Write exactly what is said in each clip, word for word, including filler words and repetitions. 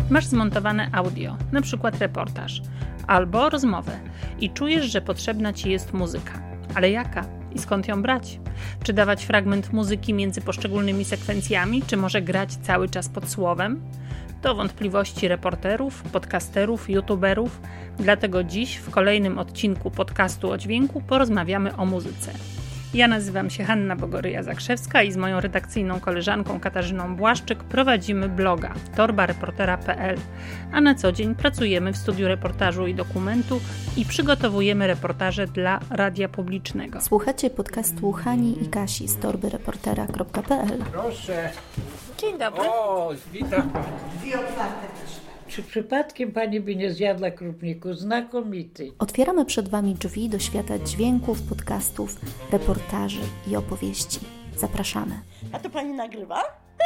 Masz zmontowane audio, na przykład reportaż, albo rozmowę i czujesz, że potrzebna Ci jest muzyka. Ale jaka? I skąd ją brać? Czy dawać fragment muzyki między poszczególnymi sekwencjami, czy może grać cały czas pod słowem? To wątpliwości reporterów, podcasterów, youtuberów. Dlatego dziś w kolejnym odcinku podcastu o dźwięku porozmawiamy o muzyce. Ja nazywam się Hanna Bogoryja-Zakrzewska i z moją redakcyjną koleżanką Katarzyną Błaszczyk prowadzimy bloga torba reportera kropka p l, a na co dzień pracujemy w studiu reportażu i dokumentu i przygotowujemy reportaże dla radia publicznego. Słuchacie podcastu Hani i Kasi z torby reportera kropka p l. Proszę. Dzień dobry. O, witam. Dwie otwarte też. Czy przypadkiem pani by nie zjadła krupniku? Znakomity. Otwieramy przed Wami drzwi do świata dźwięków, podcastów, reportaży i opowieści. Zapraszamy. A to pani nagrywa?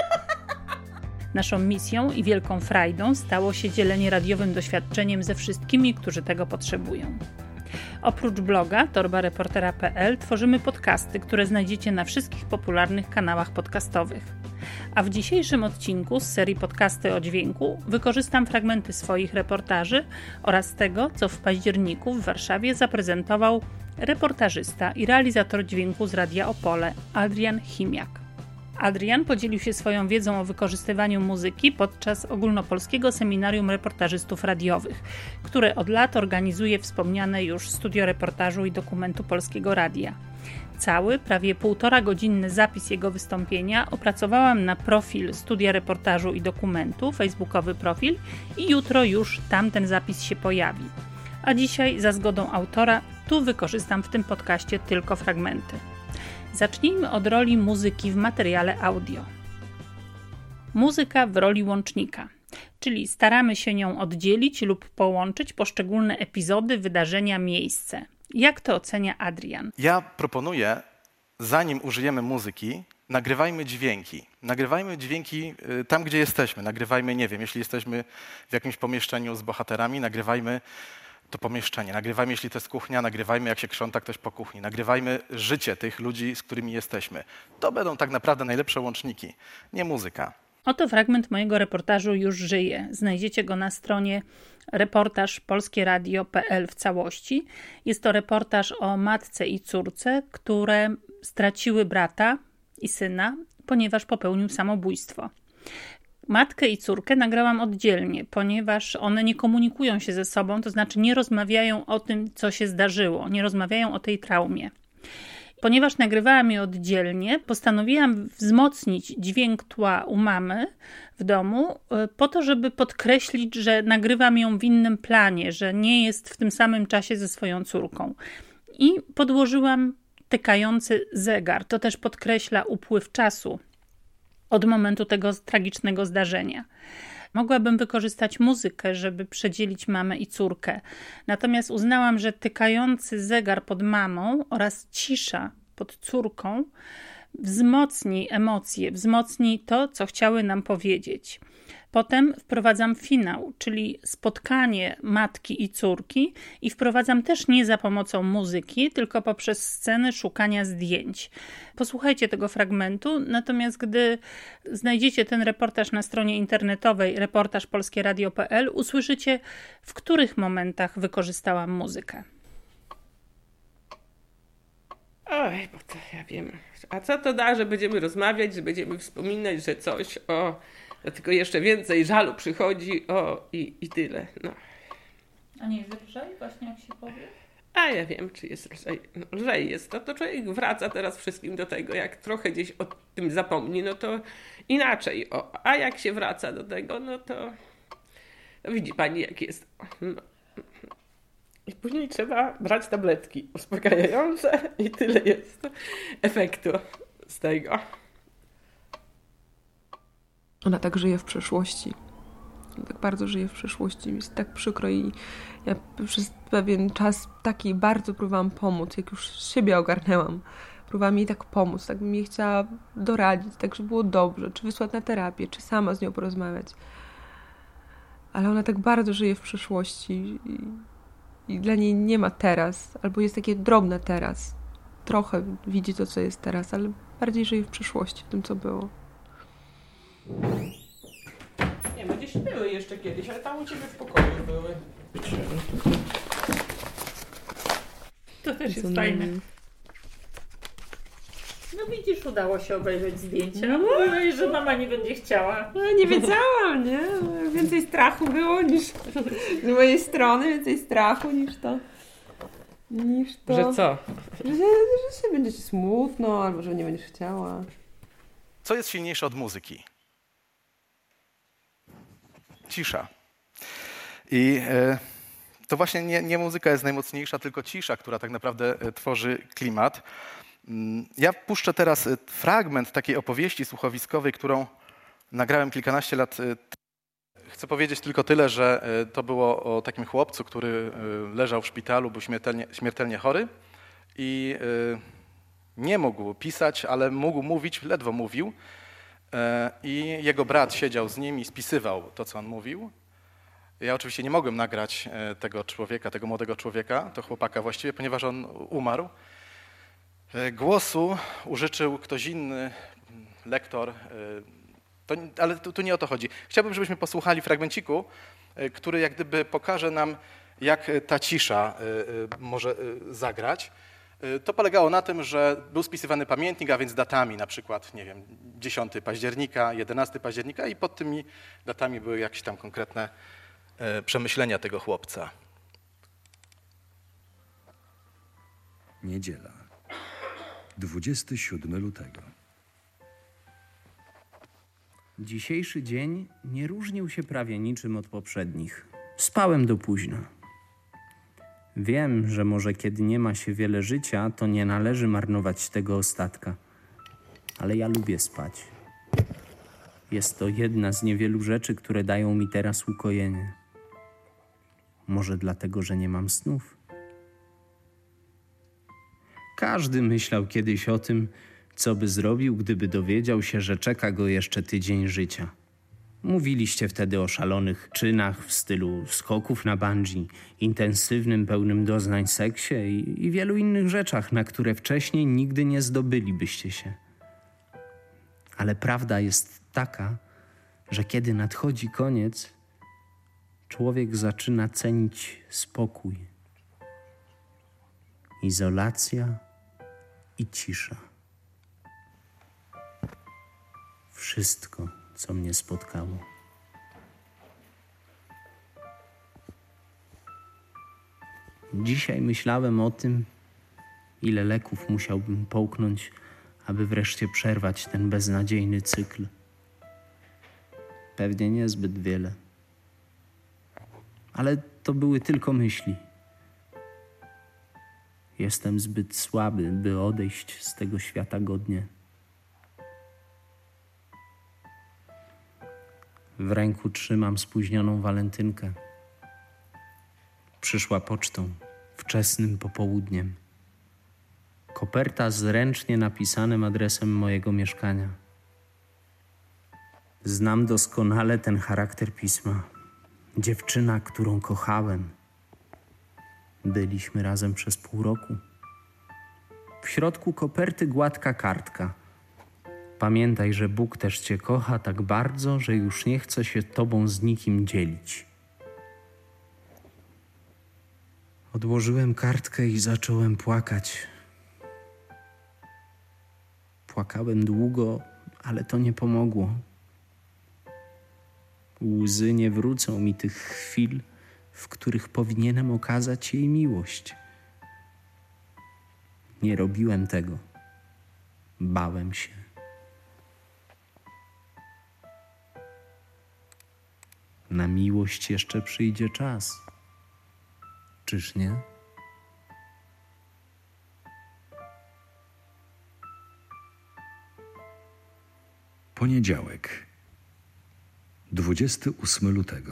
Naszą misją i wielką frajdą stało się dzielenie radiowym doświadczeniem ze wszystkimi, którzy tego potrzebują. Oprócz bloga torba reportera kropka p l tworzymy podcasty, które znajdziecie na wszystkich popularnych kanałach podcastowych. A w dzisiejszym odcinku z serii Podcasty o dźwięku wykorzystam fragmenty swoich reportaży oraz tego, co w październiku w Warszawie zaprezentował reportażysta i realizator dźwięku z Radia Opole Adrian Chimiak. Adrian podzielił się swoją wiedzą o wykorzystywaniu muzyki podczas ogólnopolskiego seminarium reportażystów radiowych, które od lat organizuje wspomniane już Studio Reportażu i Dokumentu Polskiego Radia. Cały, prawie półtora godzinny zapis jego wystąpienia opracowałam na profil Studia Reportażu i Dokumentu, facebookowy profil i jutro już tam ten zapis się pojawi. A dzisiaj za zgodą autora tu wykorzystam w tym podcaście tylko fragmenty. Zacznijmy od roli muzyki w materiale audio. Muzyka w roli łącznika, czyli staramy się nią oddzielić lub połączyć poszczególne epizody, wydarzenia, miejsce. Jak to ocenia Adrian? Ja proponuję, zanim użyjemy muzyki, nagrywajmy dźwięki. Nagrywajmy dźwięki tam, gdzie jesteśmy. Nagrywajmy, nie wiem, jeśli jesteśmy w jakimś pomieszczeniu z bohaterami, nagrywajmy to pomieszczenie. Nagrywajmy, jeśli to jest kuchnia, nagrywajmy, jak się krząta ktoś po kuchni. Nagrywajmy życie tych ludzi, z którymi jesteśmy. To będą tak naprawdę najlepsze łączniki, nie muzyka. Oto fragment mojego reportażu Już żyję. Znajdziecie go na stronie reportaż polskie radio kropka p l w całości. Jest to reportaż o matce i córce, które straciły brata i syna, ponieważ popełnił samobójstwo. Matkę i córkę nagrałam oddzielnie, ponieważ one nie komunikują się ze sobą, to znaczy nie rozmawiają o tym, co się zdarzyło, nie rozmawiają o tej traumie. Ponieważ nagrywałam je oddzielnie, postanowiłam wzmocnić dźwięk tła u mamy w domu po to, żeby podkreślić, że nagrywam ją w innym planie, że nie jest w tym samym czasie ze swoją córką. I podłożyłam tykający zegar. To też podkreśla upływ czasu od momentu tego tragicznego zdarzenia. Mogłabym wykorzystać muzykę, żeby przedzielić mamę i córkę. Natomiast uznałam, że tykający zegar pod mamą oraz cisza pod córką wzmocni emocje, wzmocni to, co chciały nam powiedzieć. Potem wprowadzam finał, czyli spotkanie matki i córki i wprowadzam też nie za pomocą muzyki, tylko poprzez sceny szukania zdjęć. Posłuchajcie tego fragmentu, natomiast gdy znajdziecie ten reportaż na stronie internetowej reportaż polskie radio kropka p l, usłyszycie, w których momentach wykorzystałam muzykę. Oj, bo to ja wiem. A co to da, że będziemy rozmawiać, że będziemy wspominać, że coś, o... Tylko jeszcze więcej żalu przychodzi, o i, i tyle. No. A nie jest lżej właśnie, jak się powie? A ja wiem, czy jest lżej. No, lżej jest. No to człowiek wraca teraz wszystkim do tego. Jak trochę gdzieś o tym zapomni, no to inaczej. O, a jak się wraca do tego, no to no widzi pani, jak jest. No. I później trzeba brać tabletki uspokajające i tyle jest efektu z tego. Ona tak żyje w przeszłości. Ona tak bardzo żyje w przeszłości. Mi jest tak przykro i ja przez pewien czas taki bardzo próbowałam pomóc, jak już siebie ogarnęłam. Próbowałam jej tak pomóc, tak bym jej chciała doradzić, tak żeby było dobrze, czy wysłać na terapię, czy sama z nią porozmawiać. Ale ona tak bardzo żyje w przeszłości i, i dla niej nie ma teraz, albo jest takie drobne teraz. Trochę widzi to, co jest teraz, ale bardziej żyje w przeszłości, w tym, co było. Nie, będzie gdzieś były jeszcze kiedyś, ale tam u ciebie w pokoju były. To też jest fajne. No widzisz, udało się obejrzeć zdjęcia. No mówiłeś, że mama nie będzie chciała. No, nie wiedziałam, nie? Więcej strachu było niż z mojej strony, więcej strachu niż to. Niż to. Że co? Że, że się będzie ci smutno, albo że nie będziesz chciała. Co jest silniejsze od muzyki? Cisza. I e, to właśnie nie, nie muzyka jest najmocniejsza, tylko cisza, która tak naprawdę e, tworzy klimat. Mm, Ja puszczę teraz e, fragment takiej opowieści słuchowiskowej, którą nagrałem kilkanaście lat e, temu. Chcę powiedzieć tylko tyle, że e, to było o takim chłopcu, który e, leżał w szpitalu, był śmiertelnie, śmiertelnie chory i e, nie mógł pisać, ale mógł mówić, ledwo mówił. E, I jego brat siedział z nim i spisywał to, co on mówił. Ja oczywiście nie mogłem nagrać e, tego człowieka, tego młodego człowieka, to chłopaka właściwie, ponieważ on umarł. E, Głosu użyczył ktoś inny, lektor, e, to, ale tu, tu nie o to chodzi. Chciałbym, żebyśmy posłuchali fragmenciku, e, który jak gdyby pokaże nam, jak ta cisza e, e, może e, zagrać. To polegało na tym, że był spisywany pamiętnik, a więc datami, na przykład, nie wiem, dziesiątego października, jedenastego października i pod tymi datami były jakieś tam konkretne e, przemyślenia tego chłopca. Niedziela, dwudziestego siódmego lutego. Dzisiejszy dzień nie różnił się prawie niczym od poprzednich. Spałem do późna. Wiem, że może kiedy nie ma się wiele życia, to nie należy marnować tego ostatka. Ale ja lubię spać. Jest to jedna z niewielu rzeczy, które dają mi teraz ukojenie. Może dlatego, że nie mam snów. Każdy myślał kiedyś o tym, co by zrobił, gdyby dowiedział się, że czeka go jeszcze tydzień życia. Mówiliście wtedy o szalonych czynach w stylu skoków na bungee, intensywnym, pełnym doznań seksie i, i wielu innych rzeczach, na które wcześniej nigdy nie zdobylibyście się. Ale prawda jest taka, że kiedy nadchodzi koniec, człowiek zaczyna cenić spokój, izolacja i cisza. Wszystko, co mnie spotkało. Dzisiaj myślałem o tym, ile leków musiałbym połknąć, aby wreszcie przerwać ten beznadziejny cykl. Pewnie niezbyt wiele. Ale to były tylko myśli. Jestem zbyt słaby, by odejść z tego świata godnie. W ręku trzymam spóźnioną walentynkę. Przyszła pocztą, wczesnym popołudniem. Koperta z ręcznie napisanym adresem mojego mieszkania. Znam doskonale ten charakter pisma. Dziewczyna, którą kochałem. Byliśmy razem przez pół roku. W środku koperty gładka kartka. Pamiętaj, że Bóg też cię kocha tak bardzo, że już nie chce się tobą z nikim dzielić. Odłożyłem kartkę i zacząłem płakać. Płakałem długo, ale to nie pomogło. Łzy nie wrócą mi tych chwil, w których powinienem okazać jej miłość. Nie robiłem tego. Bałem się. Na miłość jeszcze przyjdzie czas. Czyż nie? Poniedziałek, dwudziestego ósmego lutego.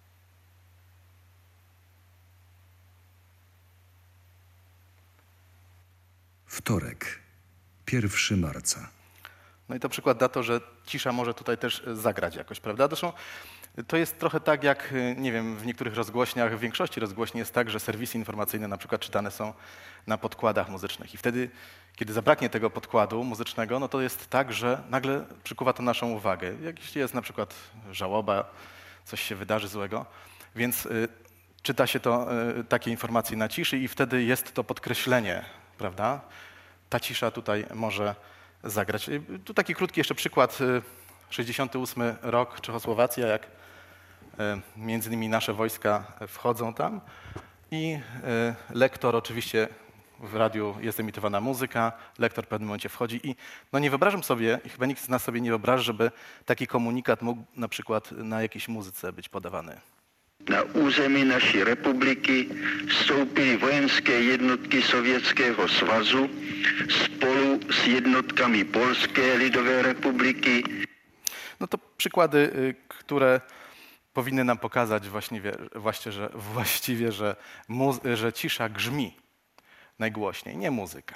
Wtorek, pierwszego marca. No i to przykład na to, że cisza może tutaj też zagrać jakoś, prawda? Zresztą to jest trochę tak, jak, nie wiem, w niektórych rozgłośniach, w większości rozgłośni jest tak, że serwisy informacyjne na przykład czytane są na podkładach muzycznych. I wtedy, kiedy zabraknie tego podkładu muzycznego, no to jest tak, że nagle przykuwa to naszą uwagę. Jak jeśli jest na przykład żałoba, coś się wydarzy złego. Więc y, czyta się to, y, takie informacje na ciszy i wtedy jest to podkreślenie, prawda? Ta cisza tutaj może zagrać. Y, tu taki krótki jeszcze przykład. Y, sześćdziesiąty ósmy rok, Czechosłowacja, jak y, między innymi nasze wojska wchodzą tam i y, lektor, oczywiście w radiu jest emitowana muzyka, lektor w pewnym momencie wchodzi i no nie wyobrażam sobie, i chyba nikt z nas sobie nie wyobraża, żeby taki komunikat mógł na przykład na jakiejś muzyce być podawany. Na území naší republiky vstoupily vojenské jednotky Sovětského svazu spolu s jednotkami Polské lidové republiky. No to przykłady, które powinny nam pokazać właściwie, właśnie, że, właściwie, że, mu, że cisza grzmi najgłośniej, nie muzyka.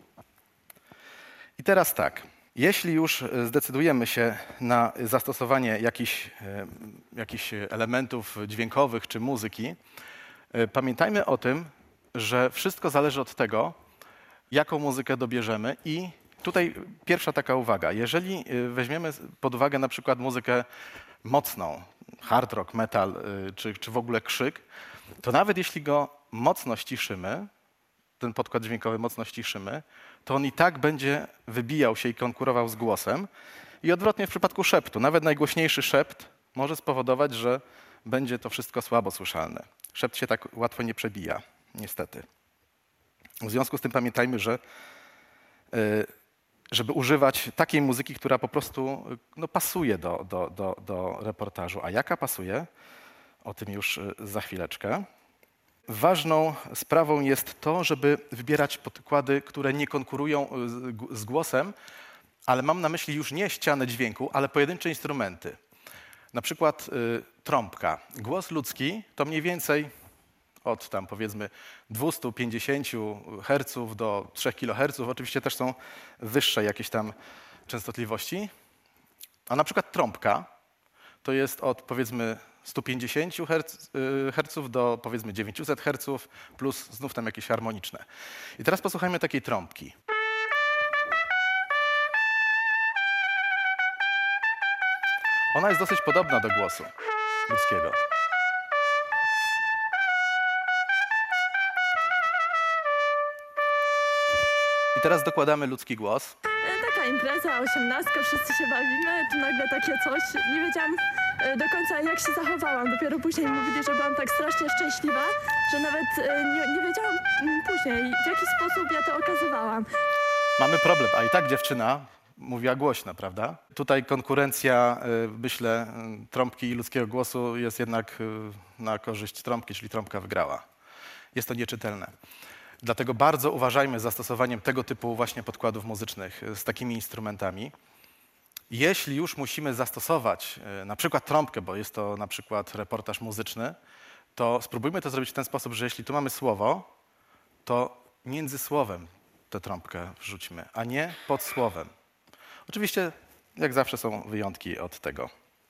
I teraz tak, jeśli już zdecydujemy się na zastosowanie jakichś, jakichś elementów dźwiękowych czy muzyki, pamiętajmy o tym, że wszystko zależy od tego, jaką muzykę dobierzemy i tutaj pierwsza taka uwaga. Jeżeli weźmiemy pod uwagę na przykład muzykę mocną, hard rock, metal czy, czy w ogóle krzyk, to nawet jeśli go mocno ściszymy, ten podkład dźwiękowy mocno ściszymy, to on i tak będzie wybijał się i konkurował z głosem. I odwrotnie w przypadku szeptu. Nawet najgłośniejszy szept może spowodować, że będzie to wszystko słabo słyszalne. Szept się tak łatwo nie przebija, niestety. W związku z tym pamiętajmy, że żeby używać takiej muzyki, która po prostu no, pasuje do, do, do, do reportażu. A jaka pasuje? O tym już za chwileczkę. Ważną sprawą jest to, żeby wybierać podkłady, które nie konkurują z głosem, ale mam na myśli już nie ścianę dźwięku, ale pojedyncze instrumenty. Na przykład y, trąbka. Głos ludzki to mniej więcej od tam powiedzmy dwieście pięćdziesiąt herców do trzech kiloherców. Oczywiście też są wyższe jakieś tam częstotliwości. A na przykład trąbka to jest od powiedzmy sto pięćdziesiąt herców do powiedzmy dziewięćset herców plus znów tam jakieś harmoniczne. I teraz posłuchajmy takiej trąbki. Ona jest dosyć podobna do głosu ludzkiego. I teraz dokładamy ludzki głos. Taka impreza, osiemnastka, wszyscy się bawimy, tu nagle takie coś. Nie wiedziałam do końca, jak się zachowałam. Dopiero później mówili, że byłam tak strasznie szczęśliwa, że nawet nie, nie wiedziałam później, w jaki sposób ja to okazywałam. Mamy problem, a i tak dziewczyna mówiła głośno, prawda? Tutaj konkurencja, myślę, trąbki i ludzkiego głosu jest jednak na korzyść trąbki, czyli trąbka wygrała. Jest to nieczytelne. Dlatego bardzo uważajmy z zastosowaniem tego typu właśnie podkładów muzycznych z takimi instrumentami. Jeśli już musimy zastosować na przykład trąbkę, bo jest to na przykład reportaż muzyczny, to spróbujmy to zrobić w ten sposób, że jeśli tu mamy słowo, to między słowem tę trąbkę wrzućmy, a nie pod słowem. Oczywiście, jak zawsze, są wyjątki od tego.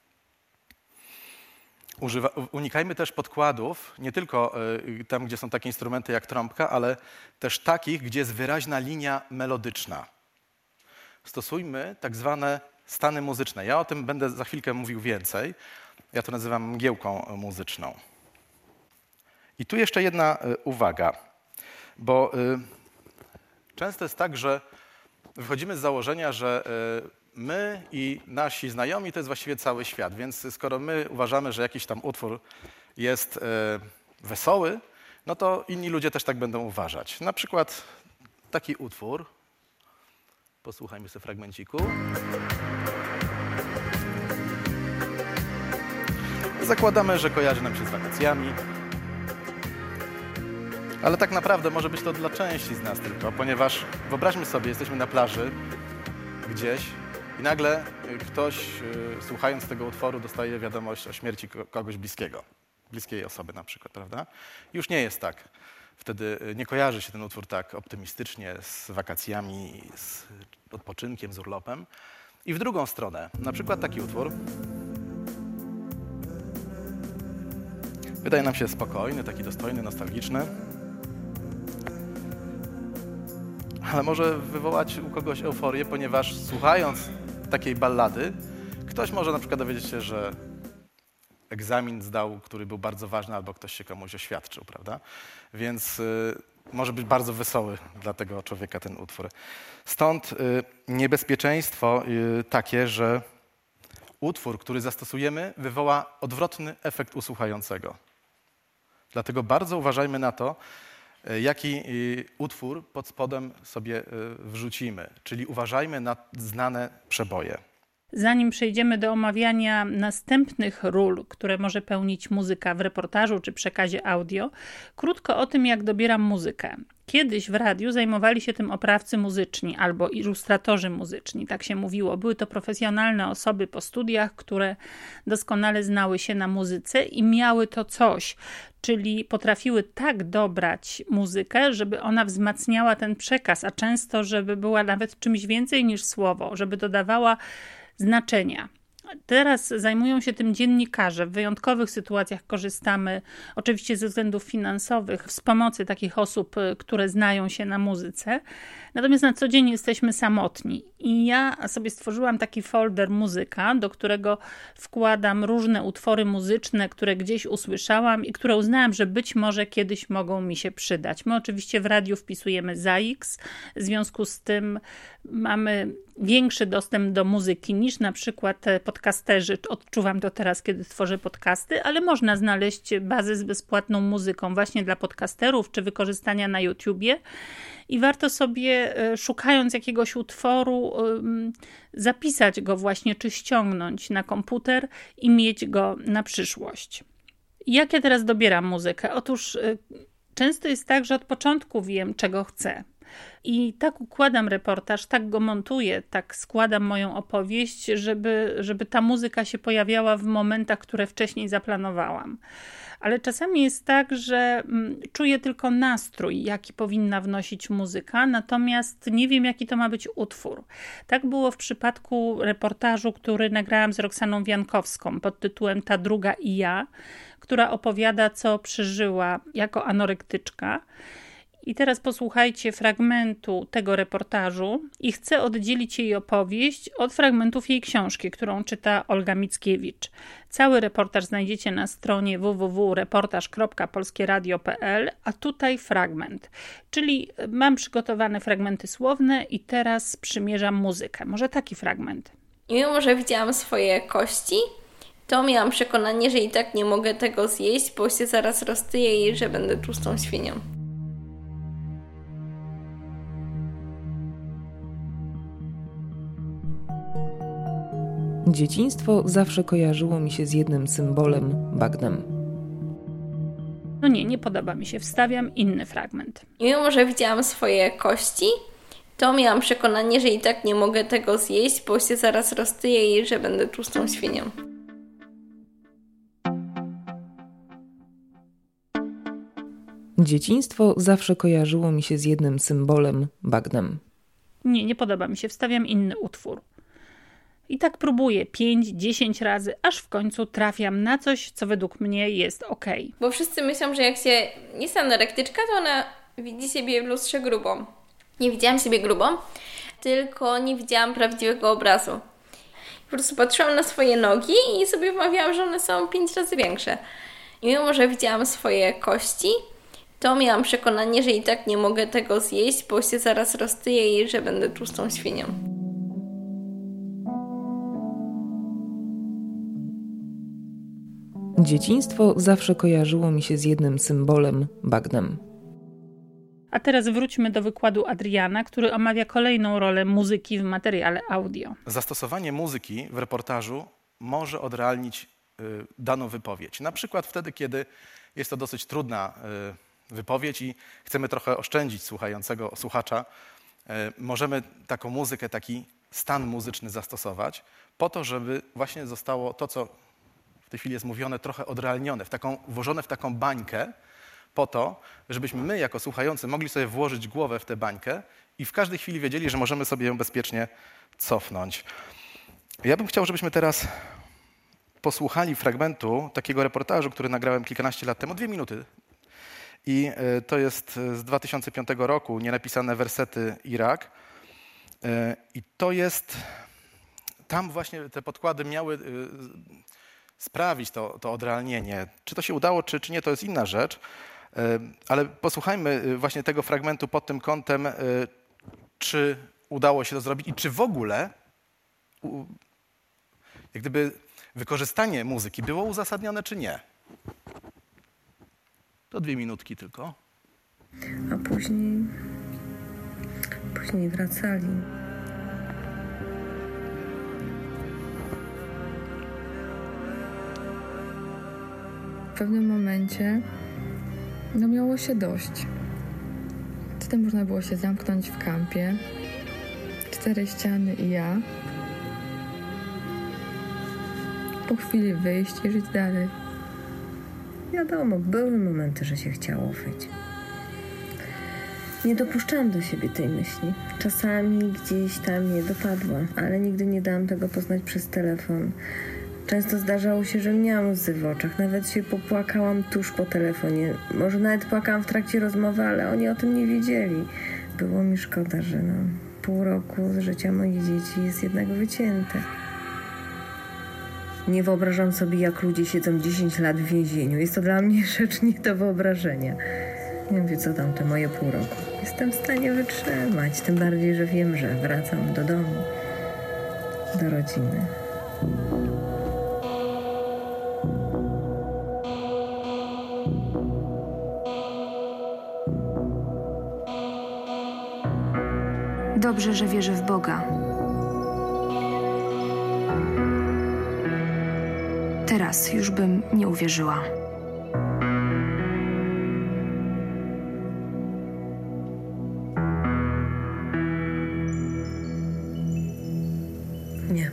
Używa, unikajmy też podkładów, nie tylko y, tam, gdzie są takie instrumenty jak trąbka, ale też takich, gdzie jest wyraźna linia melodyczna. Stosujmy tak zwane stany muzyczne. Ja o tym będę za chwilkę mówił więcej. Ja to nazywam mgiełką muzyczną. I tu jeszcze jedna y, uwaga, bo y, często jest tak, że wychodzimy z założenia, że y, my i nasi znajomi to jest właściwie cały świat, więc skoro my uważamy, że jakiś tam utwór jest e, wesoły, no to inni ludzie też tak będą uważać. Na przykład taki utwór, posłuchajmy sobie fragmenciku. Zakładamy, że kojarzy nam się z wakacjami, ale tak naprawdę może być to dla części z nas tylko, ponieważ wyobraźmy sobie, jesteśmy na plaży gdzieś, i nagle ktoś, słuchając tego utworu, dostaje wiadomość o śmierci kogoś bliskiego, bliskiej osoby na przykład, prawda? Już nie jest tak. Wtedy nie kojarzy się ten utwór tak optymistycznie z wakacjami, z odpoczynkiem, z urlopem. I w drugą stronę, na przykład taki utwór wydaje nam się spokojny, taki dostojny, nostalgiczny, ale może wywołać u kogoś euforię, ponieważ słuchając takiej ballady, ktoś może na przykład dowiedzieć się, że egzamin zdał, który był bardzo ważny, albo ktoś się komuś oświadczył, prawda? Więc y, może być bardzo wesoły dla tego człowieka ten utwór. Stąd y, niebezpieczeństwo y, takie, że utwór, który zastosujemy, wywoła odwrotny efekt u słuchającego. Dlatego bardzo uważajmy na to, jaki utwór pod spodem sobie wrzucimy. Czyli uważajmy na znane przeboje. Zanim przejdziemy do omawiania następnych ról, które może pełnić muzyka w reportażu czy przekazie audio, krótko o tym, jak dobieram muzykę. Kiedyś w radiu zajmowali się tym oprawcy muzyczni albo ilustratorzy muzyczni, tak się mówiło. Były to profesjonalne osoby po studiach, które doskonale znały się na muzyce i miały to coś, czyli potrafiły tak dobrać muzykę, żeby ona wzmacniała ten przekaz, a często, żeby była nawet czymś więcej niż słowo, żeby dodawała znaczenia. Teraz zajmują się tym dziennikarze. W wyjątkowych sytuacjach korzystamy oczywiście ze względów finansowych z pomocy takich osób, które znają się na muzyce. Natomiast na co dzień jesteśmy samotni. I ja sobie stworzyłam taki folder muzyka, do którego wkładam różne utwory muzyczne, które gdzieś usłyszałam i które uznałam, że być może kiedyś mogą mi się przydać. My oczywiście w radiu wpisujemy Z A X, w związku z tym mamy większy dostęp do muzyki niż na przykład podcasterzy. Odczuwam to teraz, kiedy tworzę podcasty, ale można znaleźć bazę z bezpłatną muzyką właśnie dla podcasterów czy wykorzystania na YouTubie. I warto sobie, szukając jakiegoś utworu, zapisać go właśnie, czy ściągnąć na komputer i mieć go na przyszłość. Jak ja teraz dobieram muzykę? Otóż często jest tak, że od początku wiem, czego chcę. I tak układam reportaż, tak go montuję, tak składam moją opowieść, żeby, żeby ta muzyka się pojawiała w momentach, które wcześniej zaplanowałam. Ale czasami jest tak, że czuję tylko nastrój, jaki powinna wnosić muzyka, natomiast nie wiem, jaki to ma być utwór. Tak było w przypadku reportażu, który nagrałam z Roxaną Wiankowską pod tytułem Ta druga i ja, która opowiada, co przeżyła jako anorektyczka. I teraz posłuchajcie fragmentu tego reportażu i chcę oddzielić jej opowieść od fragmentów jej książki, którą czyta Olga Mickiewicz. Cały reportaż znajdziecie na stronie w w w kropka reportaż kropka polskie radio kropka p l, a tutaj fragment. Czyli mam przygotowane fragmenty słowne i teraz przymierzam muzykę. Może taki fragment. I mimo, że widziałam swoje kości, to miałam przekonanie, że i tak nie mogę tego zjeść, bo się zaraz roztyję i że będę tłustą świnią. Dzieciństwo zawsze kojarzyło mi się z jednym symbolem – bagnem. No nie, nie podoba mi się. Wstawiam inny fragment. I mimo, że widziałam swoje kości, to miałam przekonanie, że i tak nie mogę tego zjeść, bo się zaraz roztyję i że będę tłustą świnią. Dzieciństwo zawsze kojarzyło mi się z jednym symbolem – bagnem. Nie, nie podoba mi się. Wstawiam inny utwór. I tak próbuję pięć, dziesięć razy, aż w końcu trafiam na coś, co według mnie jest okej. Bo wszyscy myślą, że jak się jest anorektyczka, to ona widzi siebie w lustrze grubą. Nie widziałam siebie grubą, tylko nie widziałam prawdziwego obrazu. Po prostu patrzyłam na swoje nogi i sobie wmawiałam, że one są pięć razy większe. I mimo, że widziałam swoje kości, to miałam przekonanie, że i tak nie mogę tego zjeść, bo się zaraz roztyję i że będę tłustą świnią. Dzieciństwo zawsze kojarzyło mi się z jednym symbolem – bagnem. A teraz wróćmy do wykładu Adriana, który omawia kolejną rolę muzyki w materiale audio. Zastosowanie muzyki w reportażu może odrealnić y, daną wypowiedź. Na przykład wtedy, kiedy jest to dosyć trudna y, wypowiedź i chcemy trochę oszczędzić słuchającego, słuchacza, y, możemy taką muzykę, taki stan muzyczny zastosować po to, żeby właśnie zostało to, co w tej chwili jest mówione, trochę odrealnione, w taką, włożone w taką bańkę, po to, żebyśmy my jako słuchający mogli sobie włożyć głowę w tę bańkę i w każdej chwili wiedzieli, że możemy sobie ją bezpiecznie cofnąć. Ja bym chciał, żebyśmy teraz posłuchali fragmentu takiego reportażu, który nagrałem kilkanaście lat temu, dwie minuty. I to jest z dwa tysiące piątego roku, nienapisane wersety Irak. I to jest, tam właśnie te podkłady miały sprawić to, to odrealnienie. Czy to się udało, czy, czy nie, to jest inna rzecz. Ale posłuchajmy właśnie tego fragmentu pod tym kątem, czy udało się to zrobić i czy w ogóle jak gdyby wykorzystanie muzyki było uzasadnione, czy nie. To dwie minutki tylko. A później, później wracali. W pewnym momencie no miało się dość. Wtedy można było się zamknąć w kampie. Cztery ściany i ja. Po chwili wyjść i żyć dalej. Wiadomo, były momenty, że się chciało wyjść. Nie dopuszczałam do siebie tej myśli. Czasami gdzieś tam mnie dopadła, ale nigdy nie dałam tego poznać przez telefon. Często zdarzało się, że miałam łzy w oczach. Nawet się popłakałam tuż po telefonie. Może nawet płakałam w trakcie rozmowy, ale oni o tym nie wiedzieli. Było mi szkoda, że no, pół roku z życia moich dzieci jest jednak wycięte. Nie wyobrażam sobie, jak ludzie siedzą dziesięć lat w więzieniu. Jest to dla mnie rzecz nie do wyobrażenia. Nie wiem, co tam te moje pół roku. Jestem w stanie wytrzymać. Tym bardziej, że wiem, że wracam do domu, do rodziny. Dobrze, że wierzę w Boga. Teraz już bym nie uwierzyła. Nie.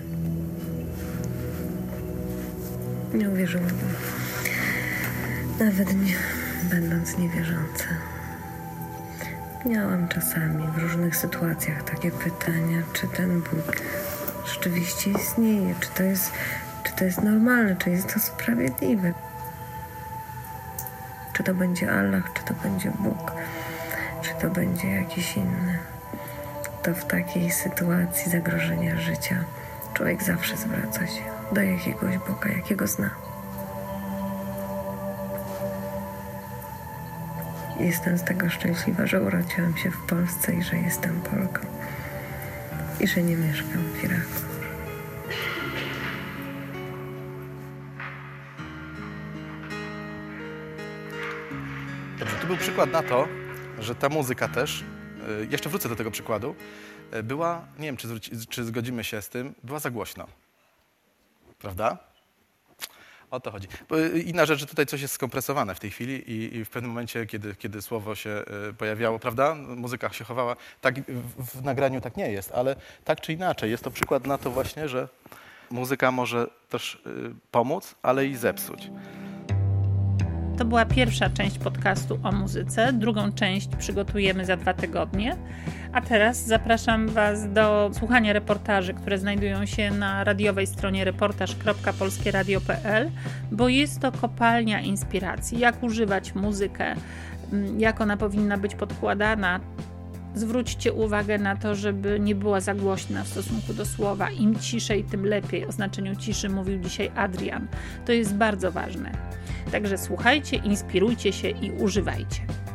Nie uwierzyłabym. Nawet nie będąc niewierząca. Miałam czasami w różnych sytuacjach takie pytania, czy ten Bóg rzeczywiście istnieje, czy to jest, czy to jest normalne, czy jest to sprawiedliwe. Czy to będzie Allah, czy to będzie Bóg, czy to będzie jakiś inny. To w takiej sytuacji zagrożenia życia człowiek zawsze zwraca się do jakiegoś Boga, jakiego zna. Jestem z tego szczęśliwa, że urodziłam się w Polsce i że jestem Polką. I że nie mieszkam w Iraku. Dobrze, to był przykład na to, że ta muzyka też, jeszcze wrócę do tego przykładu, była, nie wiem, czy, czy zgodzimy się z tym, była za głośno. Prawda? O to chodzi. Inna rzecz, że tutaj coś jest skompresowane w tej chwili i, i w pewnym momencie, kiedy, kiedy słowo się pojawiało, prawda, muzyka się chowała, tak w, w nagraniu tak nie jest, ale tak czy inaczej jest to przykład na to właśnie, że muzyka może też pomóc, ale i zepsuć. To była pierwsza część podcastu o muzyce. Drugą część przygotujemy za dwa tygodnie. A teraz zapraszam Was do słuchania reportaży, które znajdują się na radiowej stronie reportaż kropka polskie radio kropka p l, bo jest to kopalnia inspiracji. Jak używać muzykę, jak ona powinna być podkładana. Zwróćcie uwagę na to, żeby nie była za głośna w stosunku do słowa. Im ciszej, tym lepiej. O znaczeniu ciszy mówił dzisiaj Adrian. To jest bardzo ważne. Także słuchajcie, inspirujcie się i używajcie.